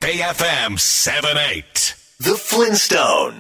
BayFM78 The Flintstone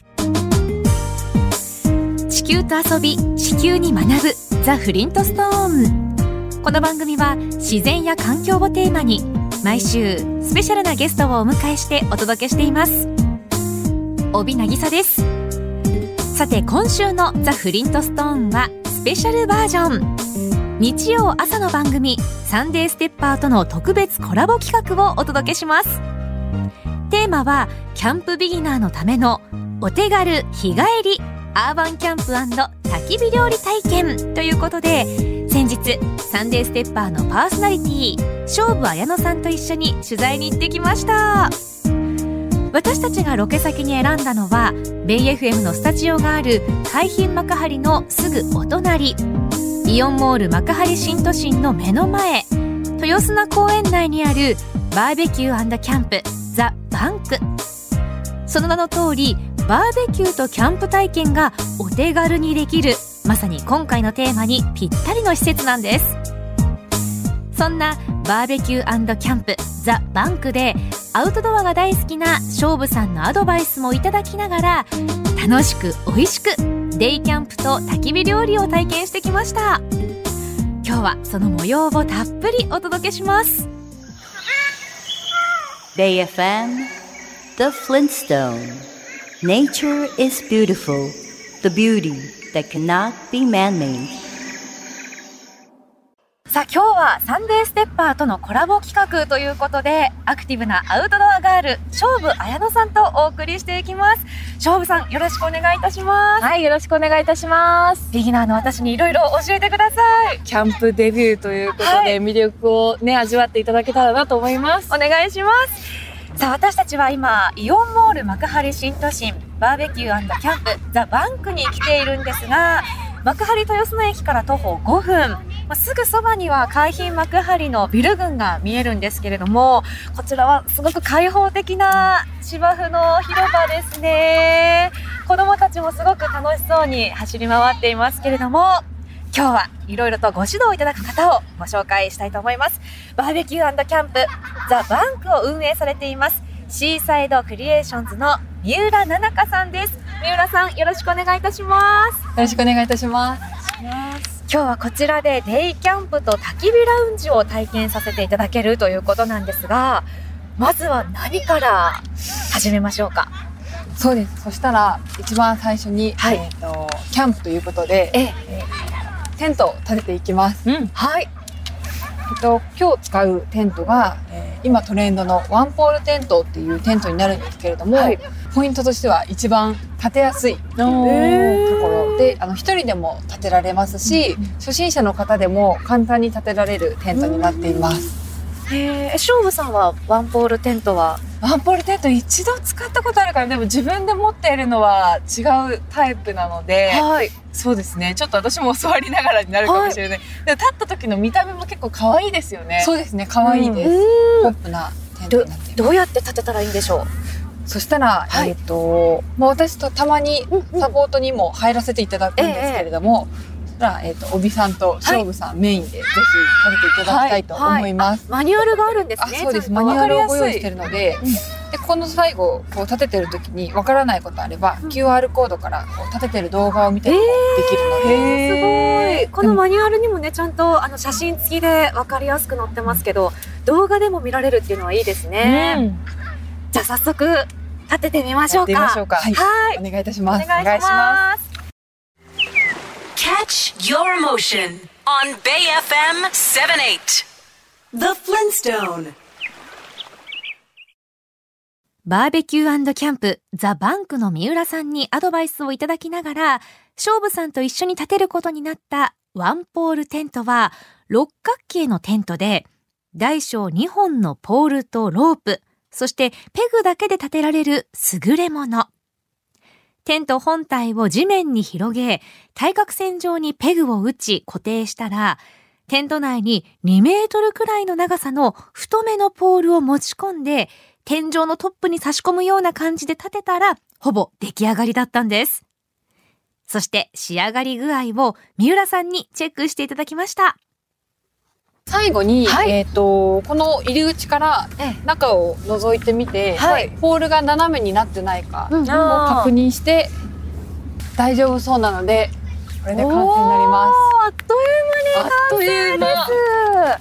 地球と遊び、地球に学ぶザ・フリントストーン。この番組は自然や環境をテーマに毎週スペシャルなゲストをお迎えしてお届けしています。帯渚です。さて今週のザ・フリントストーンはスペシャルバージョン。日曜朝の番組サンデーステッパーとの特別コラボ企画をお届けします。テーマはキャンプビギナーのためのお手軽日帰りアーバンキャンプ&焚き火料理体験ということで、先日サンデーステッパーのパーソナリティ勝負綾乃さんと一緒に取材に行ってきました。私たちがロケ先に選んだのはベイ FM のスタジオがある海浜幕張のすぐお隣、イオンモール幕張新都心の目の前、豊砂公園内にあるバーベキュー&キャンプザ・バンク。その名の通りバーベキューとキャンプ体験がお手軽にできる、まさに今回のテーマにぴったりの施設なんです。そんなバーベキュー&キャンプザ・バンクでアウトドアが大好きな勝負さんのアドバイスもいただきながら楽しく美味しくデイキャンプと焚き火料理を体験してきました。今日はその模様をたっぷりお届けします。 BayFM The Flintstone Nature is beautiful, the beauty that cannot be man-made。 さあ今日はサンデーステッパーとのコラボ企画ということで、アクティブなアウトドアガール勝負綾乃さんとお送りしていきます。勝負さんよろしくお願いいたします。 はい、よろしくお願いいたします。 ビギナーの私にいろいろ教えてください。 キャンプデビューということで、 はい、 魅力をね味わっていただけたらなと思います。 お願いします。さあ私たちは今イオンモール幕張新都心バーベキュー&キャンプザ・バンクに来ているんですが、幕張豊砂駅から徒歩5分、すぐそばには海浜幕張のビル群が見えるんですけれども、こちらはすごく開放的な芝生の広場ですね。子どもたちもすごく楽しそうに走り回っていますけれども、今日はいろいろとご指導いただく方をご紹介したいと思います。バーベキュー&キャンプザ・バンクを運営されていますシーサイドクリエーションズの三浦奈々香さんです。三浦さんよろしくお願いいたします。 よろしくお願いいたします。 今日はこちらでデイキャンプと焚き火ラウンジを体験させていただけるということなんですが、まずは何から始めましょうか。 そうです。そしたら一番最初に、 はい、 キャンプということで、テントを立てていきます。 はい。 今日使うテントが、今トレンドのワンポールテントっていうテントになるんですけれども、はい、ポイントとしては一番立てやすいところで、一人でも立てられますし、初心者の方でも簡単に立てられるテントになっています。 勝負さんはワンポールテントは？ ワンポールテント一度使ったことあるから、でも自分で持っているのは違うタイプなので、はい、そうですね、ちょっと私も教わりながらになるかもしれない、はい、で立った時の見た目も結構可愛いですよね。そうですね、可愛いです。ポップなテントになっています。 どうやって立てたらいいんでしょう。 そしたら、はい、私とたまにサポートにも入らせていただくんですけれども、帯さんと勝負さん、メインでぜひ立てていただきたいと思います。 マニュアルがあるんですね。 そうです、マニュアルをご用意しているので、でこの最後こう立ててる時にわからないことあれば、QR コードからこう立ててる動画を見てもできるので、 すごい。このマニュアルにもねちゃんと写真付きでわかりやすく載ってますけど、動画でも見られるっていうのはいいですね。じゃあ早速立ててみましょうか。 はい、お願いいたします。 お願いします。 Catch your motion on BayFM78 The Flintstone バーベキュー&キャンプザ・バンクの三浦さんにアドバイスをいただきながら、勝負さんと一緒に立てることになったワンポールテントは六角形のテントで、大小2本のポールとロープ、そしてペグだけで立てられる優れもの。テント本体を地面に広げ、対角線上にペグを打ち固定したら、テント内に2メートルくらいの長さの太めのポールを持ち込んで、天井のトップに差し込むような感じで立てたら、ほぼ出来上がりだったんです。そして仕上がり具合を三浦さんにチェックしていただきました。 最後に、 はい、 この入り口から中を覗いてみて、 はい、 ポールが斜めになってないかを確認して大丈夫そうなので、これで完成になります。 あっという間に完成です。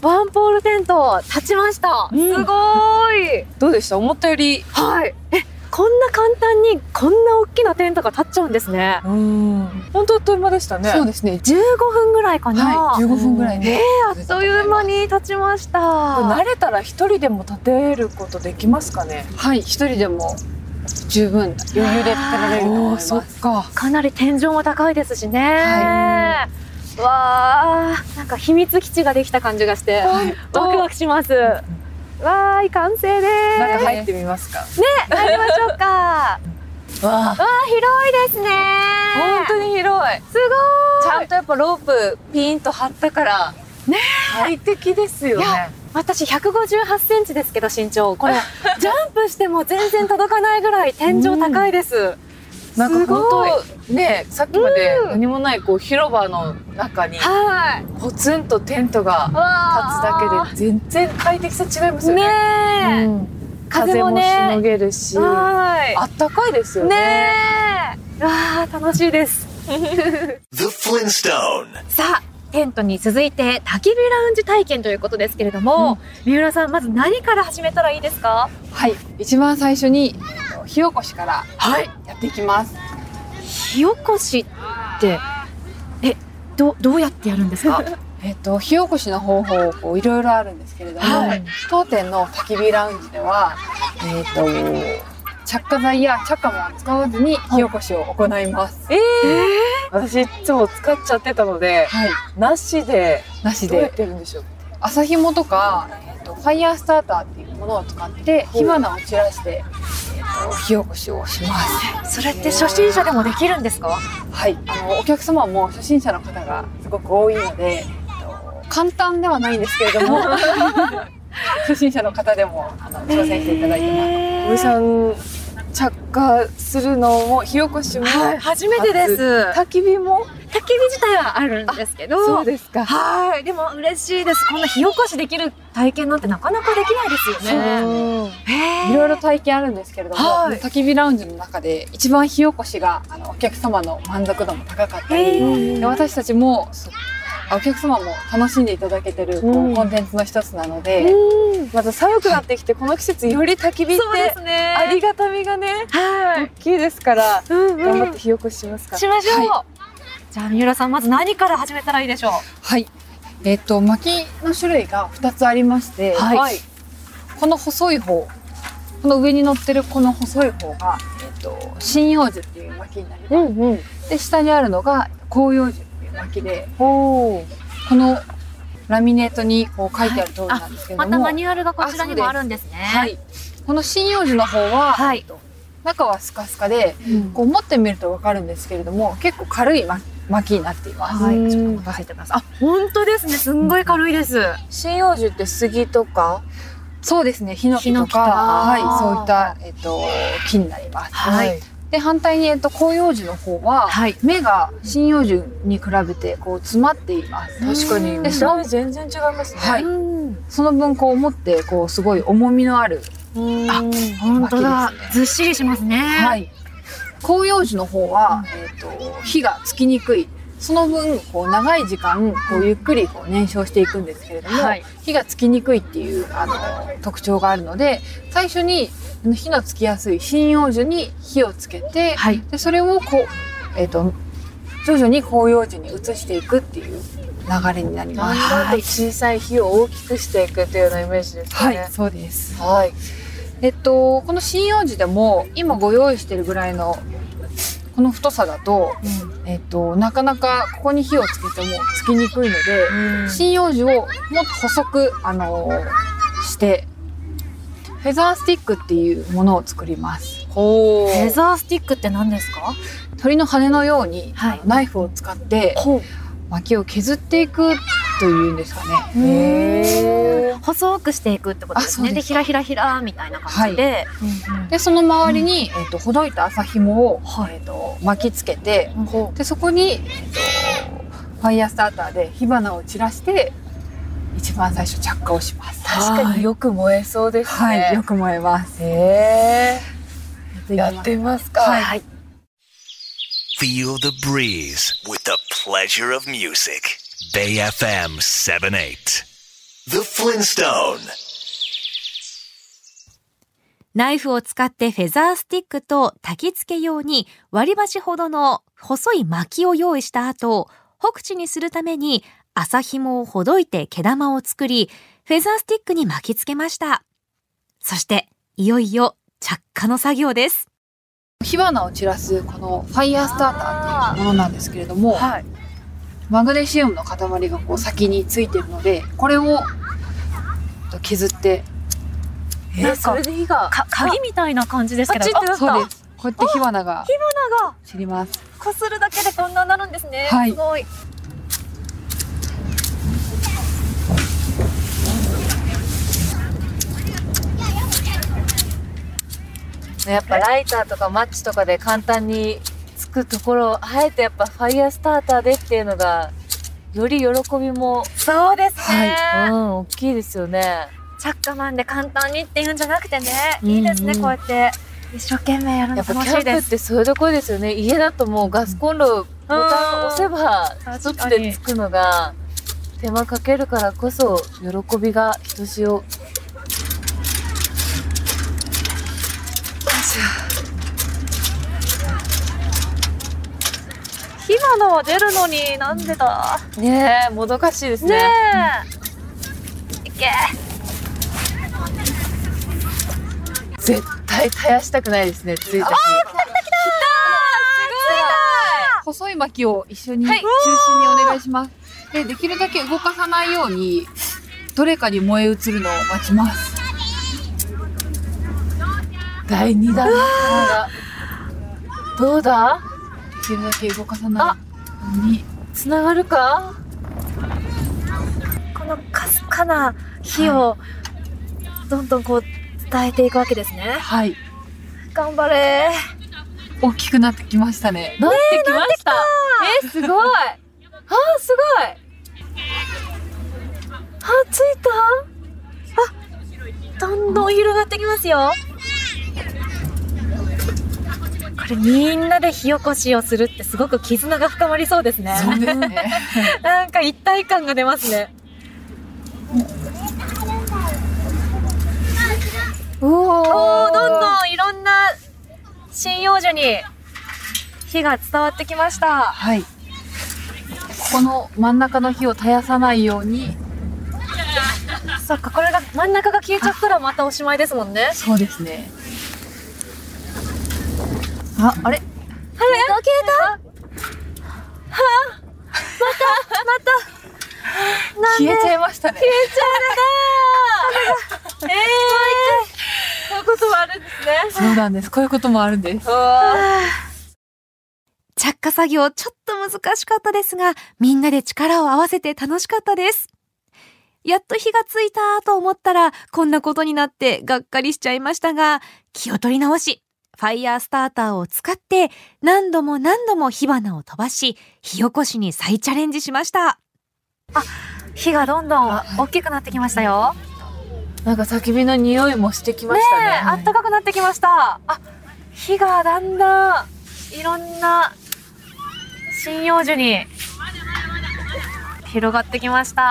ワンポールテント立ちました。すごい。 どうでした？思ったより。 はい。こんな簡単にこんな大きなテントが立っちゃうんですね。 本当あっという間でしたね。そうですね。 15分ぐらいかな。 はい、15分ぐらいで。 あっという間に立ちました。 慣れたら一人でも立てることできますかね？ はい、一人でも十分余裕で立てられると思います。そっか。 かなり天井も高いですしね。はい、わー、なんか秘密基地ができた感じがしてワクワクします。わーい、完成です。 中入ってみますか？ね、 入りましょうか。わー、広いですね。 本当に広い。すごい。ちゃんとやっぱロープピンと張ったからね、快適ですよね。 私158センチですけど身長、これジャンプしても全然届かないぐらい天井高いです。 なんか本当ね、さっきまで何もないこう広場の中にポツンとテントが立つだけで全然快適さ違いますよね。風もしのげるし、あったかいですよね。 わー、楽しいです。 The Flintstone。 さあ、テントに続いて焚き火ラウンジ体験ということですけれども、三浦さん、まず何から始めたらいいですか？ はい、一番最初に火起こしからやっていきます。 火起こしってどうやってやるんですか？ 火起こしの方法いろいろあるんですけれども、当店の焚き火ラウンジでは着火剤や着火も使わずに火起こしを行います。 私いつも使っちゃってたので、なしでどうやってるんでしょう？ 麻紐とかファイヤースターターっていうものを使って火花を散らして火起こしをします。 それって初心者でもできるんですか？ はい、お客様も初心者の方がすごく多いので、簡単ではないんですけれども初心者の方でも挑戦していただいてます。 おみさん、着火するのも火起こしも初めてです。 焚き火も？ 焚き火自体はあるんですけど。 そうですか。 はい、でも嬉しいです。こんな火起こしできる体験なんてなかなかできないですよね。 いろいろ体験あるんですけれども、焚き火ラウンジの中で一番火起こしがお客様の満足度も高かったり、で私たちもお客様も楽しんでいただけてるコンテンツの一つなので、 また寒くなってきてこの季節より焚き火ってありがたみがね大きいですから、頑張って火起こししますか？ しましょう。じゃあ三浦さん、まず何から始めたらいいでしょう？ はい、薪の種類が2つありまして、この細い方、この上に乗ってるこの細い方が、針葉樹っていう薪になります。で、下にあるのが広葉樹っていう薪で、このラミネートにこう書いてある通りなんですけれども、 またマニュアルがこちらにもあるんですね。 はい、この針葉樹の方は、中はスカスカで、こう持ってみると分かるんですけれども、結構軽い薪になっています。 ちょっと任せてください。本当ですね。すんごい軽いです。 針葉樹って杉とか？ そうですね。ヒノキとか、そういった木になります。で、反対に広葉樹の方は、芽が針葉樹に比べてこう詰まっています。 確かに。で、それ全然違いますね。 その分こう持ってすごい重みのある。 本当だ。ずっしりしますね。 広葉樹の方は、火がつきにくい。その分長い時間ゆっくり燃焼していくんですけれども、火がつきにくいっていう特徴があるので、最初に火のつきやすい針葉樹に火をつけて、でそれを徐々に広葉樹に移していくっていう流れになります。 小さい火を大きくしていくというようなイメージですね。 そうです。この針葉樹でも今ご用意しているぐらいのこの太さだと、なかなかここに火をつけてもつきにくいので、針葉樹をもっと細く、してフェザースティックっていうものを作ります。 フェザースティックって何ですか？ 鳥の羽のように、ナイフを使って薪を削っていくというんですかね。 細くしていくってことですね。で、ひらひらひらみたいな感じで、 でその周りにほどいた麻紐を巻きつけて、でそこにファイヤースターターで火花を散らして一番最初着火をします。 確かによく燃えそうですね。 はい、よく燃えます。 やってみますか。 はい。 Feel the breeze with the pleasure of music. Bay FM 78. The Flintstone. ナイフを使ってフェザースティックと焚き付け用に割り箸ほどの細い薪を用意した後、ホクチにするために麻紐をほどいて毛玉を作り、フェザースティックに巻き付けました。そして、いよいよ着火の作業です。 火花を散らすこのファイヤースターターっていうものなんですけれども、マグネシウムの塊がこう先についてるので、これを削って、 それで火が鍵みたいな感じですけど、 そうです。こうやって火花が散ります。 こするだけでこんなになるんですね。 はい。 すごい。 やっぱライターとかマッチとかで簡単につくところをあえてやっぱファイヤースターターでっていうのがより喜びもそうですね、 大きいですよね。 着火マンで簡単にっていうんじゃなくてね、いいですね、こうやって一生懸命やるの楽しいです。 やっぱキャンプってそういうところですよね。家だともうガスコンロボタン押せば一つでつくのが手間かけるからこそ喜びがひとしお。 火花は出るのになんでだねえ、もどかしいですね。 いけ。 絶対絶やしたくないですね。ついた日。 細い薪を一緒に中心にお願いします。で、できるだけ動かさないようにどれかに燃え移るのを待ちます。 第2弾がどうだ？ できるだけ動かさないようにつながるか？ このかすかな火をどんどんこう伝えていくわけですね。 はい。 頑張れ。 大きくなってきましたね。 なってきました。すごい。すごい。 ついた。どんどん広がってきますよ。これみんなで火起こしをするってすごく絆が深まりそうですね。 そうですね。 なんか一体感が出ますね。どんどんいろんな針葉樹に火が伝わってきました。 はい。ここの真ん中の火を絶やさないように。 そっか、これが真ん中が消えちゃったらまたおしまいですもんね。 そうですね。あれ？ 消えた？また消えちゃいましたね。 消えちゃったそういうこともあるんですね。 そうなんです。こういうこともあるんです。 着火作業ちょっと難しかったですが、みんなで力を合わせて楽しかったです。やっと火がついたと思ったらこんなことになってがっかりしちゃいましたが、気を取り直しファイヤースターターを使って何度も何度も火花を飛ばし、火起こしに再チャレンジしました。火がどんどん大きくなってきましたよ。 なんか焚き火の匂いもしてきましたね。 あったかくなってきました。火がだんだんいろんな針葉樹に広がってきました。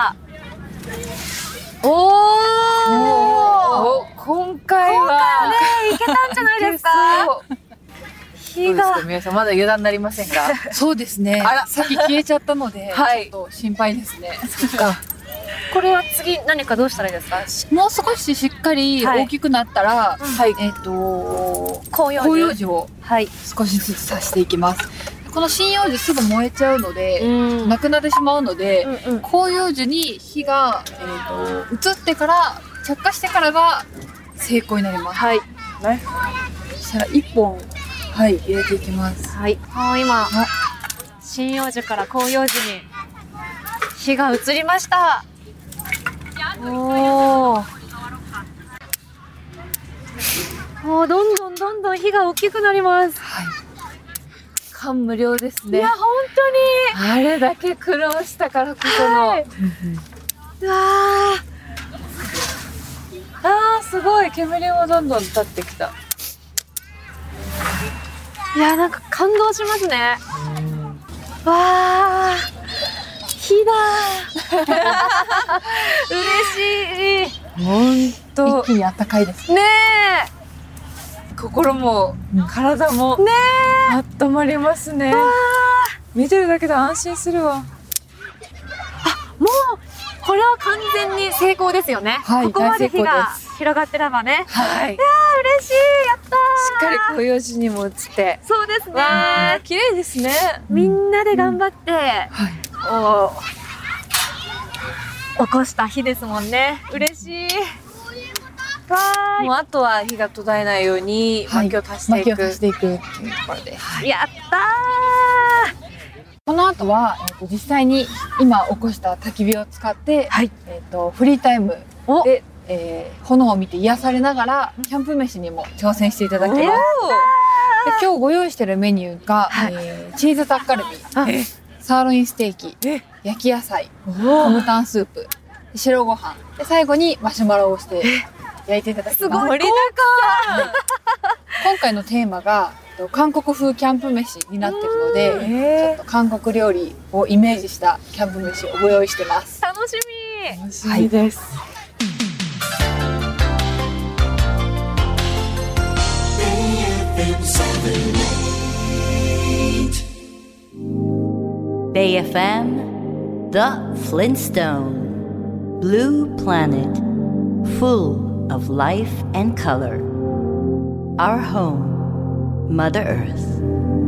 今回はね、いけたんじゃないですか。火が皆さんまだ油断なりませんか？ そうですね。さっき消えちゃったので、ちょっと心配ですね。 これは次何かどうしたらいいですか？ もう少ししっかり大きくなったら、広葉樹を少しずつ刺していきます。この針葉樹すぐ燃えちゃうので、なくなってしまうので、広葉樹に火が、移ってから着火してからが成功になります。はい。そしたら1本入れていきます。 はい。今針葉樹から広葉樹に火が移りました。どんどん火が大きくなります。 感無量ですね。 いや本当にあれだけ苦労したからこその、 うわー、すごい煙もどんどん立ってきた。 いや、なんか感動しますね。わー、火だ嬉しい。 ほんと一気に暖かいですね心も体もね温まりますね。見てるだけで安心するわ。 もうこれは完全に成功ですよね。 はい、 ここまで火大成が功です。 広がってればね。 はい。し嬉しい、やったっかりこういう字にも映って。 ー。そうですね。 わー、綺麗ですね。 みんなで頑張って、起こした日ですもんね。嬉しい。わーい。 もうあとは火が途絶えないように薪を足していく。 薪を足していくっていうところで、 やったー。 この後は、実際に今起こした焚き火を使って、 はい。 フリータイムで、炎を見て癒されながらキャンプ飯にも挑戦していただきます。で今日ご用意しているメニューが、チーズタッカルビ、サーロインステーキ、焼き野菜、コムタンスープ、白ご飯で最後にマシュマロをして焼いていただきます。 すごい。 盛りだく今回のテーマが韓国風キャンプ飯になっているので、ちょっと韓国料理をイメージしたキャンプ飯をご用意してます。 楽しみ。 楽しみです。 Bay FM, The Flintstone, Blue Planet, full of life and color. Our home, Mother Earth.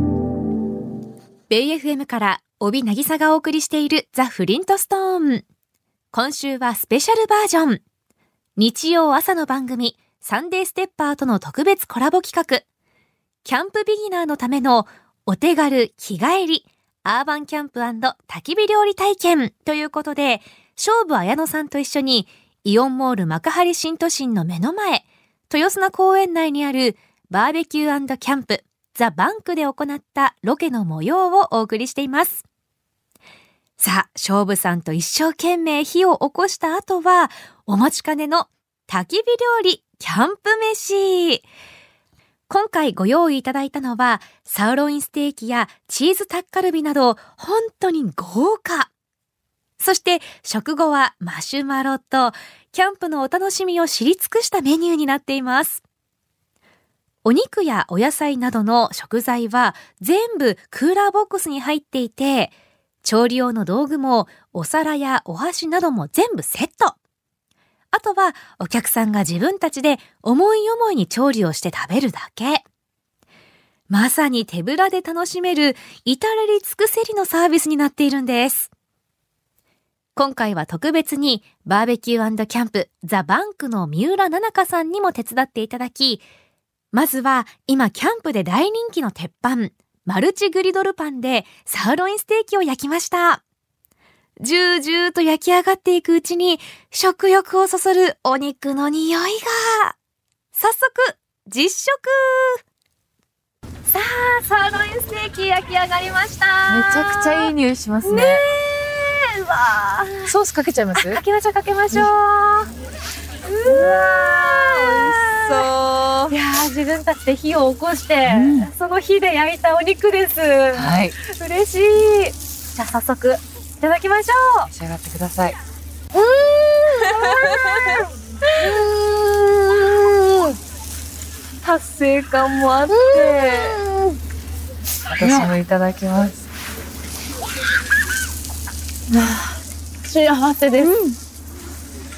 ベイ FM から帯渚がお送りしているザ・フリントストーン。今週はスペシャルバージョン。日曜朝の番組サンデーステッパーとの特別コラボ企画。キャンプビギナーのためのお手軽日帰りアーバンキャンプ&焚き火料理体験ということで、勝負綾乃さんと一緒にイオンモール幕張新都心の目の前、豊砂公園内にあるバーベキュー&キャンプザ・バンクで行ったロケの模様をお送りしています。さあ、勝負さんと一生懸命火を起こした後は、お待ちかねの焚き火料理キャンプ飯。今回ご用意いただいたのは、サーロインステーキやチーズタッカルビなど、本当に豪華。そして食後はマシュマロと、キャンプのお楽しみを知り尽くしたメニューになっています。お肉やお野菜などの食材は全部クーラーボックスに入っていて、調理用の道具もお皿やお箸なども全部セット。あとはお客さんが自分たちで思い思いに調理をして食べるだけ。まさに手ぶらで楽しめる至れり尽くせりのサービスになっているんです。今回は特別にバーベキュー&キャンプザ・バンクの三浦菜々香さんにも手伝っていただき、まずは今キャンプで大人気の鉄板、マルチグリドルパンでサーロインステーキを焼きました。ジュージューと焼き上がっていくうちに食欲をそそるお肉の匂いが。早速実食。さあ、サーロインステーキ焼き上がりました。 めちゃくちゃいい匂いしますね。 ねえ、うわー、 ソースかけちゃいます？ かけましょうかけましょう。うわー、 そう。 いやー、自分たちで火を起こして、その火で焼いたお肉です。 はい。 嬉しい。じゃあ早速いただきましょう。 召し上がってください。達成感もあって、私もいただきます。 幸せです。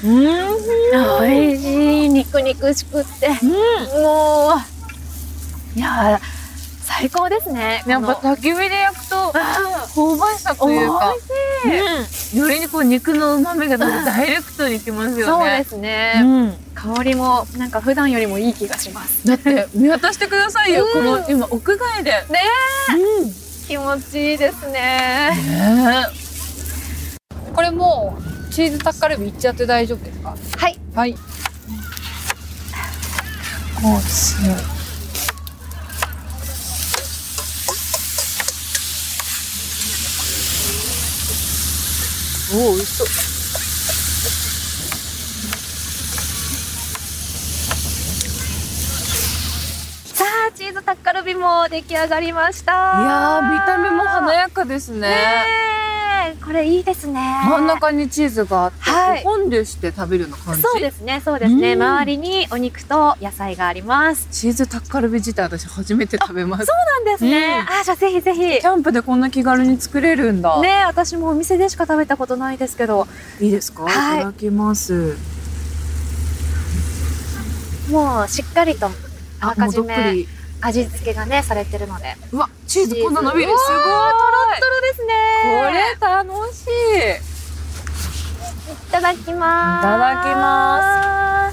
美味しい、肉々しくって、もういやー、最高ですね。 やっぱ焚き火で焼くと香ばしさというか、よりにこう肉の旨味がダイレクトにきますよね。 そうですね。香りもなんか普段よりもいい気がします。 だって見渡してくださいよ。この今屋外で。 ねえ、気持ちいいですね。 これもうチーズタッカルビいっちゃって大丈夫ですか？ はい。 はい。 もう強い。おお、美味しそう。 ーズタッカルビも出来上がりました。いやー、見た目も華やかですね。 これいいですね。 真ん中にチーズがあって、 はい、 フォンデュして食べるような感じ。 そうですね、そうですね。周りにお肉と野菜があります。 チーズタッカルビ自体私初めて食べます。 そうなんですね。じゃあぜひぜひ。 キャンプでこんな気軽に作れるんだ。 ね、私もお店でしか食べたことないですけど。 いいですか？はい、いただきます。 もうしっかりとあらかじめ味付けがねされてるので。 うわ、チーズこんな伸びる。すごい。 トロットロですね。 これ楽しい。 いただきます。 いただきます。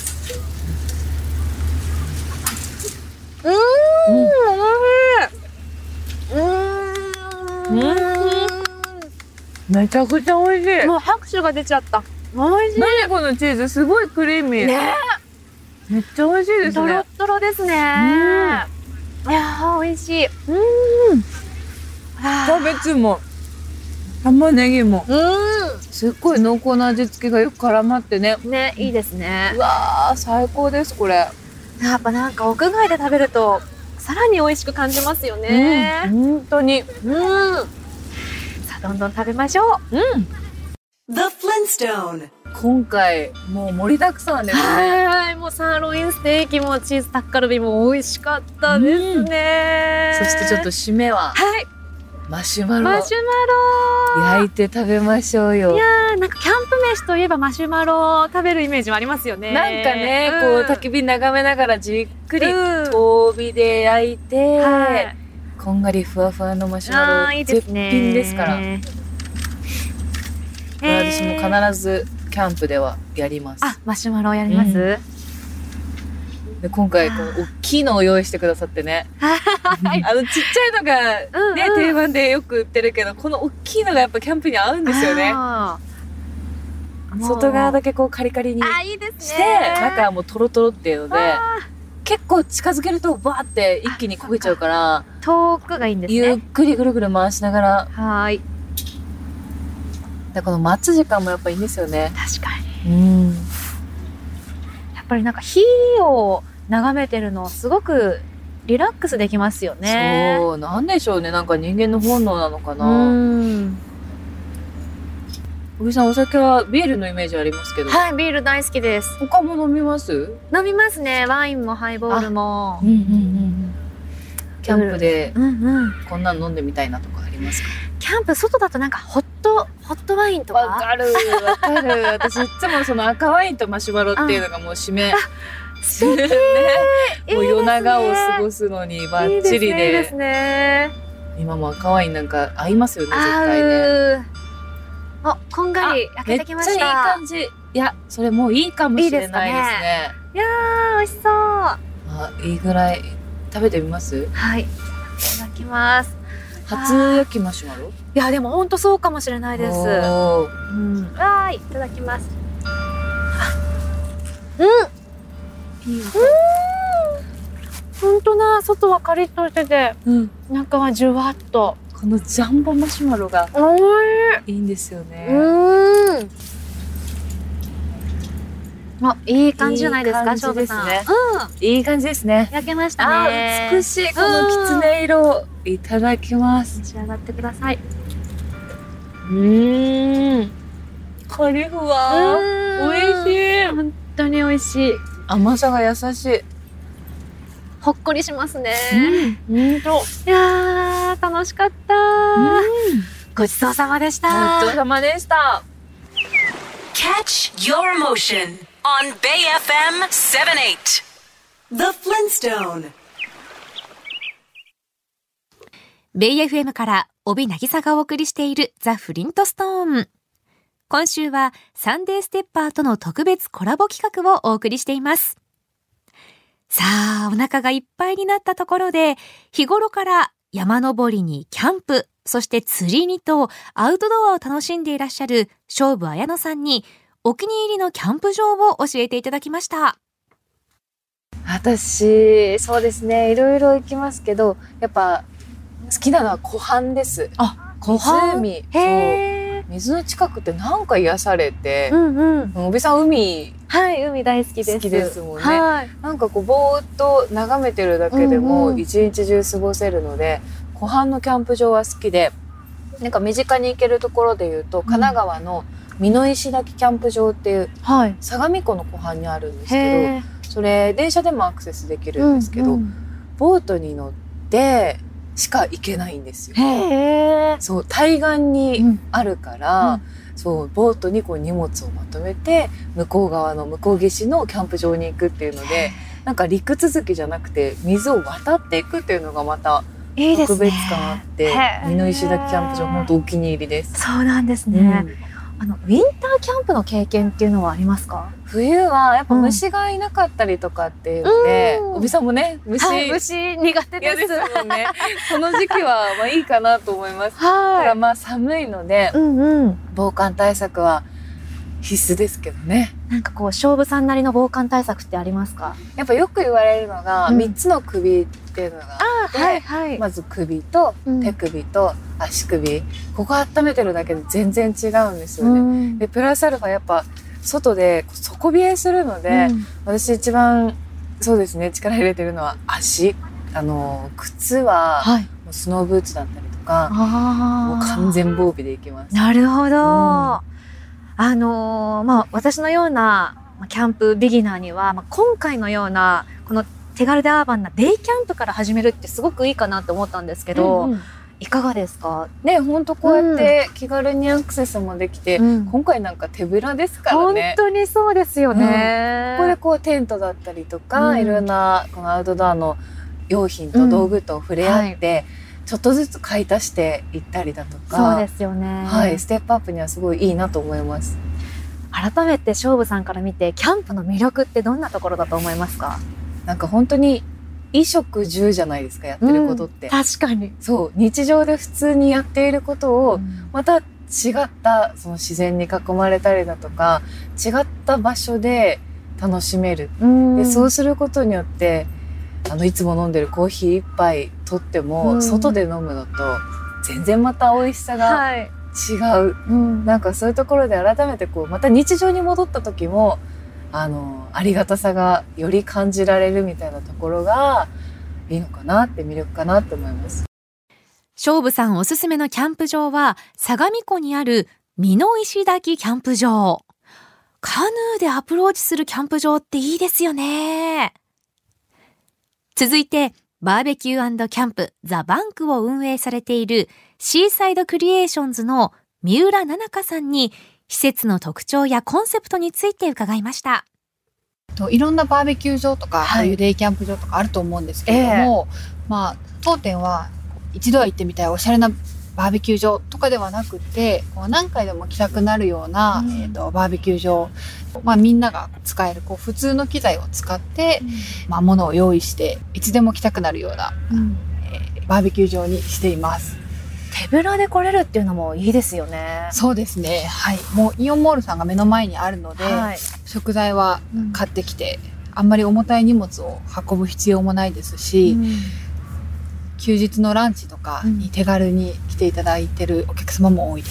めちゃくちゃ美味しい。 もう拍手が出ちゃった。美味しい。 何このチーズ、すごいクリーミー。ね。めっちゃ美味しいですね。 トロットロですね。いやー、美味しい。 キャベツも玉ねぎもすっごい濃厚な味付けがよく絡まってね。 ね、いいですね。 うわー、最高ですこれ。 やっぱなんか屋外で食べるとさらに美味しく感じますよね。 本当に。 さあ、どんどん食べましょう。 The Flintstone。 今回もう盛りだくさんですね。 はい、もうサーロインステーキもチーズタッカルビも美味しかったですね。 そしてちょっと締めは、マシュマロ。 マシュマロ焼いて食べましょうよ。 いやー、なんかキャンプ飯といえばマシュマロを食べるイメージもありますよね。 なんかね、こう焚き火眺めながらじっくり遠火で焼いて、こんがりふわふわのマシュマロ絶品ですから。私も必ずキャンプではやります。 マシュマロやります。 で今回この大きいのを用意してくださってね。ちっちゃいのがね、定番でよく売ってるけど、この大きいのがやっぱキャンプに合うんですよね。外側だけこうカリカリにして中はもうトロトロっていうので、結構近づけるとバーって一気に焦げちゃうから、 遠くがいいんですね。 ゆっくりぐるぐる回しながら。でこの待つ時間もやっぱいいんですよね。 確かに。やっぱりなんか火を眺めてるのすごくリラックスできますよね。 そう、なんでしょうね。なんか人間の本能なのかな。小木さん、お酒はビールのイメージありますけど。 はい、ビール大好きです。 他も飲みます？ 飲みますね。ワインもハイボールも。 キャンプでこんなの飲んでみたいなとかありますか？ キャンプ外だとなんかホットワインとか。 わかる。私いつもその赤ワインとマシュマロっていうのがもう締め。 素敵。 もう夜長を過ごすのにバッチリで。 いいですね。 今も赤ワインなんか合いますよね、絶対ね。 こんがり焼けてきました。 めっちゃいい感じ。いや、それもういいかもしれないですね。 いやー、美味しそう。 いいぐらい。食べてみます？ はい。いただきます。 初焼きマシュマロ？ いや、でも本当そうかもしれないです。いただきます。本当だ、外はカリッとしてて、中はジュワッと。 このジャンボマシュマロがいいんですよね。 いい感じじゃないですか、勝負さん。 いい感じですね。 焼けましたね。 美しいこのきつね色。いただきます。 召し上がってください。 カリフワ。美味しい。 本当に美味しい。 甘さが優しい。 ほっこりしますね。 本当。 いやー、楽しかった。ごちそうさまでした。 ごちそうさまでした。 Catch your emotion on Bay FM 78. The Flintstone. ベイ FM から帯渚がお送りしているザ・フリントストーン。今週はサンデーステッパーとの特別コラボ企画をお送りしています。さあ、お腹がいっぱいになったところで、日頃から山登りにキャンプ、そして釣りにとアウトドアを楽しんでいらっしゃる勝負綾乃さんにお気に入りのキャンプ場を教えていただきました。 私、そうですね、いろいろ行きますけど、やっぱ好きなのは湖畔です。湖畔？ へー。 水の近くってなんか癒されて、おびさん海大好きです。 好きですもんね。なんかこうぼーっと眺めてるだけでも一日中過ごせるので、湖畔のキャンプ場は好きで、なんか身近に行けるところでいうと、神奈川の美濃石垣キャンプ場っていう、相模湖の湖畔にあるんですけど、それ電車でもアクセスできるんですけど、ボートに乗ってしか行けないんですよ。そう、対岸にあるから、そうボートにこう荷物をまとめて向こう側の向こう岸のキャンプ場に行くっていうので、なんか陸続きじゃなくて水を渡っていくっていうのがまた特別感あって、美濃石垣キャンプ場本当お気に入りです。 そうなんですね。ウィンターキャンプの経験っていうのはありますか？ 冬はやっぱ虫がいなかったりとかっていうので、おびさんもね虫苦手ですもんね。この時期はまあいいかなと思います。ただまあ寒いので、防寒対策は必須ですけどね。 なんかこう勝負さんなりの防寒対策ってありますか？ やっぱよく言われるのが、3つの首っていうのがあって、まず首と手首と足首、ここ温めてるだけで全然違うんですよね。でプラスアルファやっぱ外で底冷えするので、私一番そうですね力入れてるのは足。靴はもうスノーブーツだったりとか、もう完全防備でいきます。 なるほど。私のようなキャンプビギナーには、今回のようなこの手軽でアーバンなデイキャンプから始めるってすごくいいかなって思ったんですけど、いかがですかね。本当こうやって気軽にアクセスもできて、今回なんか手ぶらですからね。 本当にそうですよね。 ここでこうテントだったりとか、いろんなこのアウトドアの用品と道具と触れ合って、ちょっとずつ買い足していったりだとか、 そうですよね。 ステップアップにはすごいいいなと思います。 改めて勝負さんから見てキャンプの魅力ってどんなところだと思いますか？ なんか本当に衣食住じゃないですか、やってることって。 確かに。 そう日常で普通にやっていることを、また違ったその自然に囲まれたりだとか、違った場所で楽しめる。でそうすることによっていつも飲んでるコーヒー一杯とっても、外で飲むのと全然また美味しさが違う、なんかそういうところで改めてこうまた日常に戻った時もありがたさがより感じられるみたいなところがいいのかなって、魅力かなって思います。 勝負さんおすすめのキャンプ場は相模湖にある美濃石垣キャンプ場。カヌーでアプローチするキャンプ場っていいですよね。続いてバーベキュー&キャンプザ・バンクを運営されているシーサイドクリエーションズの三浦奈々香さんに施設の特徴やコンセプトについて伺いました。 いろんなバーベキュー場とか、こういうデイキャンプ場とかあると思うんですけれども、当店は一度は行ってみたいおしゃれなバーベキュー場とかではなくて、何回でも来たくなるような、バーベキュー場、みんなが使える普通の機材を使って、物を用意していつでも来たくなるような、バーベキュー場にしています。 手ぶらで来れるっていうのもいいですよね。 そうですね。もうイオンモールさんが目の前にあるので、食材は買ってきて、あんまり重たい荷物を運ぶ必要もないですし、休日のランチとかに手軽に来ていただいてるお客様も多いです。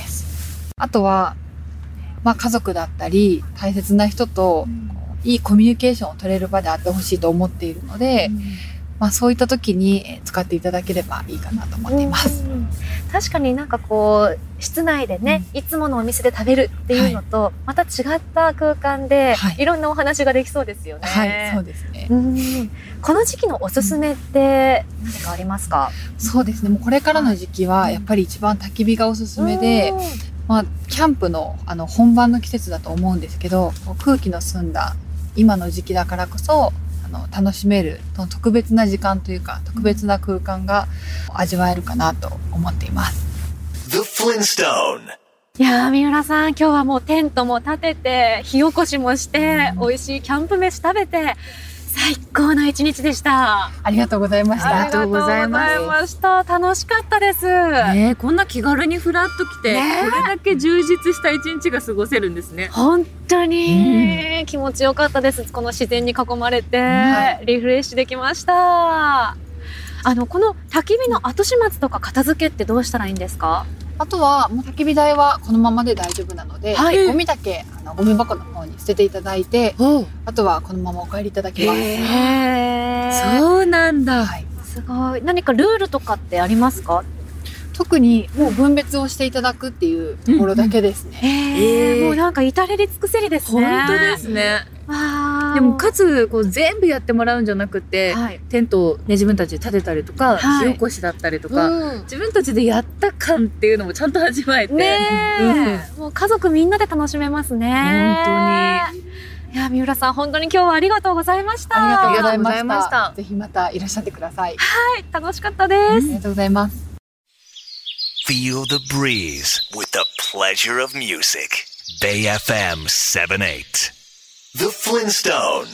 あとは、家族だったり大切な人といいコミュニケーションを取れる場であってほしいと思っているので、そういった時に使っていただければいいかなと思っています。 確かになんか室内でね、いつものお店で食べるっていうのと、また違った空間でいろんなお話ができそうですよね。 そうですね。 この時期のおすすめって何かありますか？ そうですね。もうこれからの時期はやっぱり一番焚き火がおすすめで、キャンプの本番の季節だと思うんですけど、空気の澄んだ今の時期だからこそ楽しめる特別な時間というか特別な空間が味わえるかなと思っています。 The Flintstone。 いやー、三浦さん、今日はもうテントも立てて火起こしもして美味しいキャンプ飯食べて最高の一日でした。 ありがとうございました。 ありがとうございました。楽しかったです。 こんな気軽にフラッと来て、これだけ充実した一日が過ごせるんですね。 本当に、気持ちよかったです。この自然に囲まれて、リフレッシュできました。この焚き火の後始末とか片付けってどうしたらいいんですか？ あとはもう焚き火台はこのままで大丈夫なので、 はい、 ゴミだけゴミ箱の方に捨てていただいて、あとはこのままお帰りいただきます。 そうなんだ、 はい、 すごい。何かルールとかってありますか？ 特にもう分別をしていただくっていうところだけですね。 もうなんか至れり尽くせりですね。 本当ですね。でもかつこう全部やってもらうんじゃなくて、テントを、ね、自分たちで立てたりとか、火起こしだったりとか、自分たちでやった感っていうのもちゃんと味わえて、 もう家族みんなで楽しめますね。 本当に。 いや、三浦さん本当に今日はありがとうございました。 ありがとうございました。ぜひまたいらっしゃってください。 はい、楽しかったです。 ありがとうございます。 Feel the breeze with the pleasure of music. Bay FM 78. The Flintstone.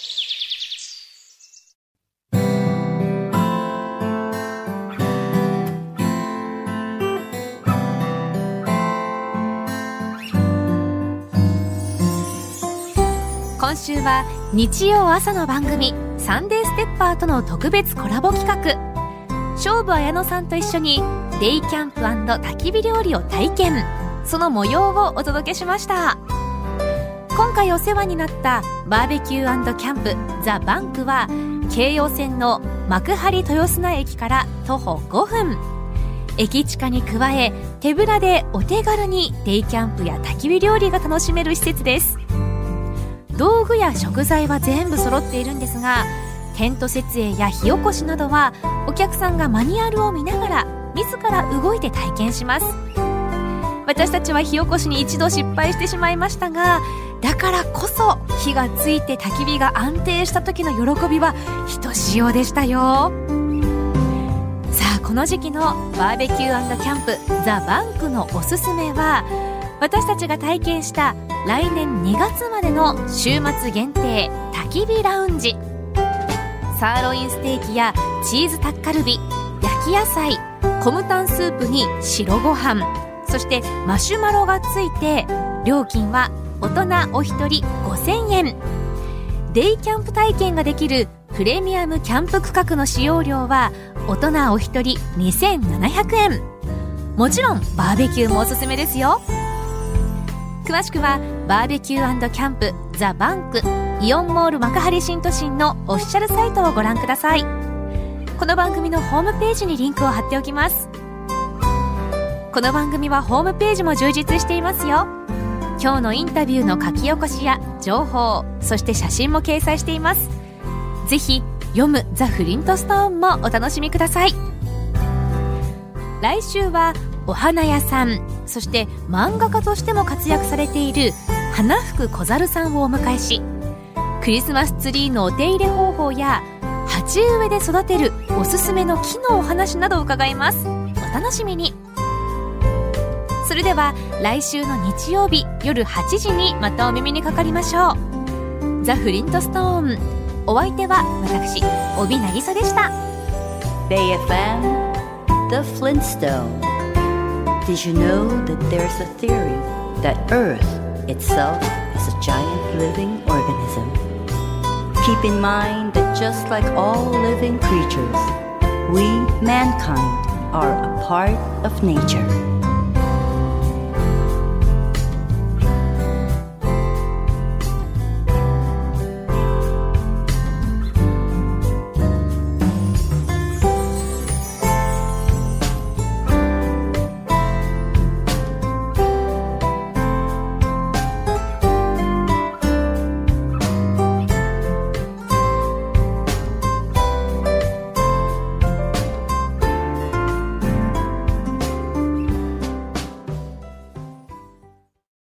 今週は日曜朝の番組サンデーステッパーとの特別コラボ企画、勝負綾乃さんと一緒にデイキャンプ&焚き火料理を体験、その模様をお届けしました。今回お世話になったバーベキュー&キャンプザ・バンクは京葉線の幕張豊砂駅から徒歩5分、駅地下に加え手ぶらでお手軽にデイキャンプや焚き火料理が楽しめる施設です。道具や食材は全部揃っているんですが、テント設営や火起こしなどはお客さんがマニュアルを見ながら自ら動いて体験します。私たちは火起こしに一度失敗してしまいましたが、だからこそ火がついて焚き火が安定した時の喜びはひとしおでしたよ。さあ、この時期のバーベキュー&キャンプザ・バンクのおすすめは、私たちが体験した来年2月までの週末限定焚き火ラウンジ。サーロインステーキやチーズタッカルビ、焼き野菜、コムタンスープに白ご飯、そしてマシュマロがついて、料金は大人お一人5000円。デイキャンプ体験ができるプレミアムキャンプ区画の使用料は大人お一人2700円。もちろんバーベキューもおすすめですよ。詳しくはバーベキュー&キャンプザ・バンクイオンモール幕張新都心のオフィシャルサイトをご覧ください。この番組のホームページにリンクを貼っておきます。この番組はホームページも充実していますよ。今日のインタビューの書き起こしや情報、そして写真も掲載しています。ぜひ読むザ・フリントストーンもお楽しみください。来週はお花屋さん、そして漫画家としても活躍されている花福小猿さんをお迎えし、クリスマスツリーのお手入れ方法や鉢植えで育てるおすすめの木のお話などを伺います。お楽しみに。それでは来週の日曜日夜8時にまたお耳にかかりましょう。ザ・フリントストーン、お相手は私帯渚でした。 Bay FM The Flintstone. Did you know that there's a theory that Earth itself is a giant living organism? Keep in mind that just like all living creatures, we, mankind, are a part of nature.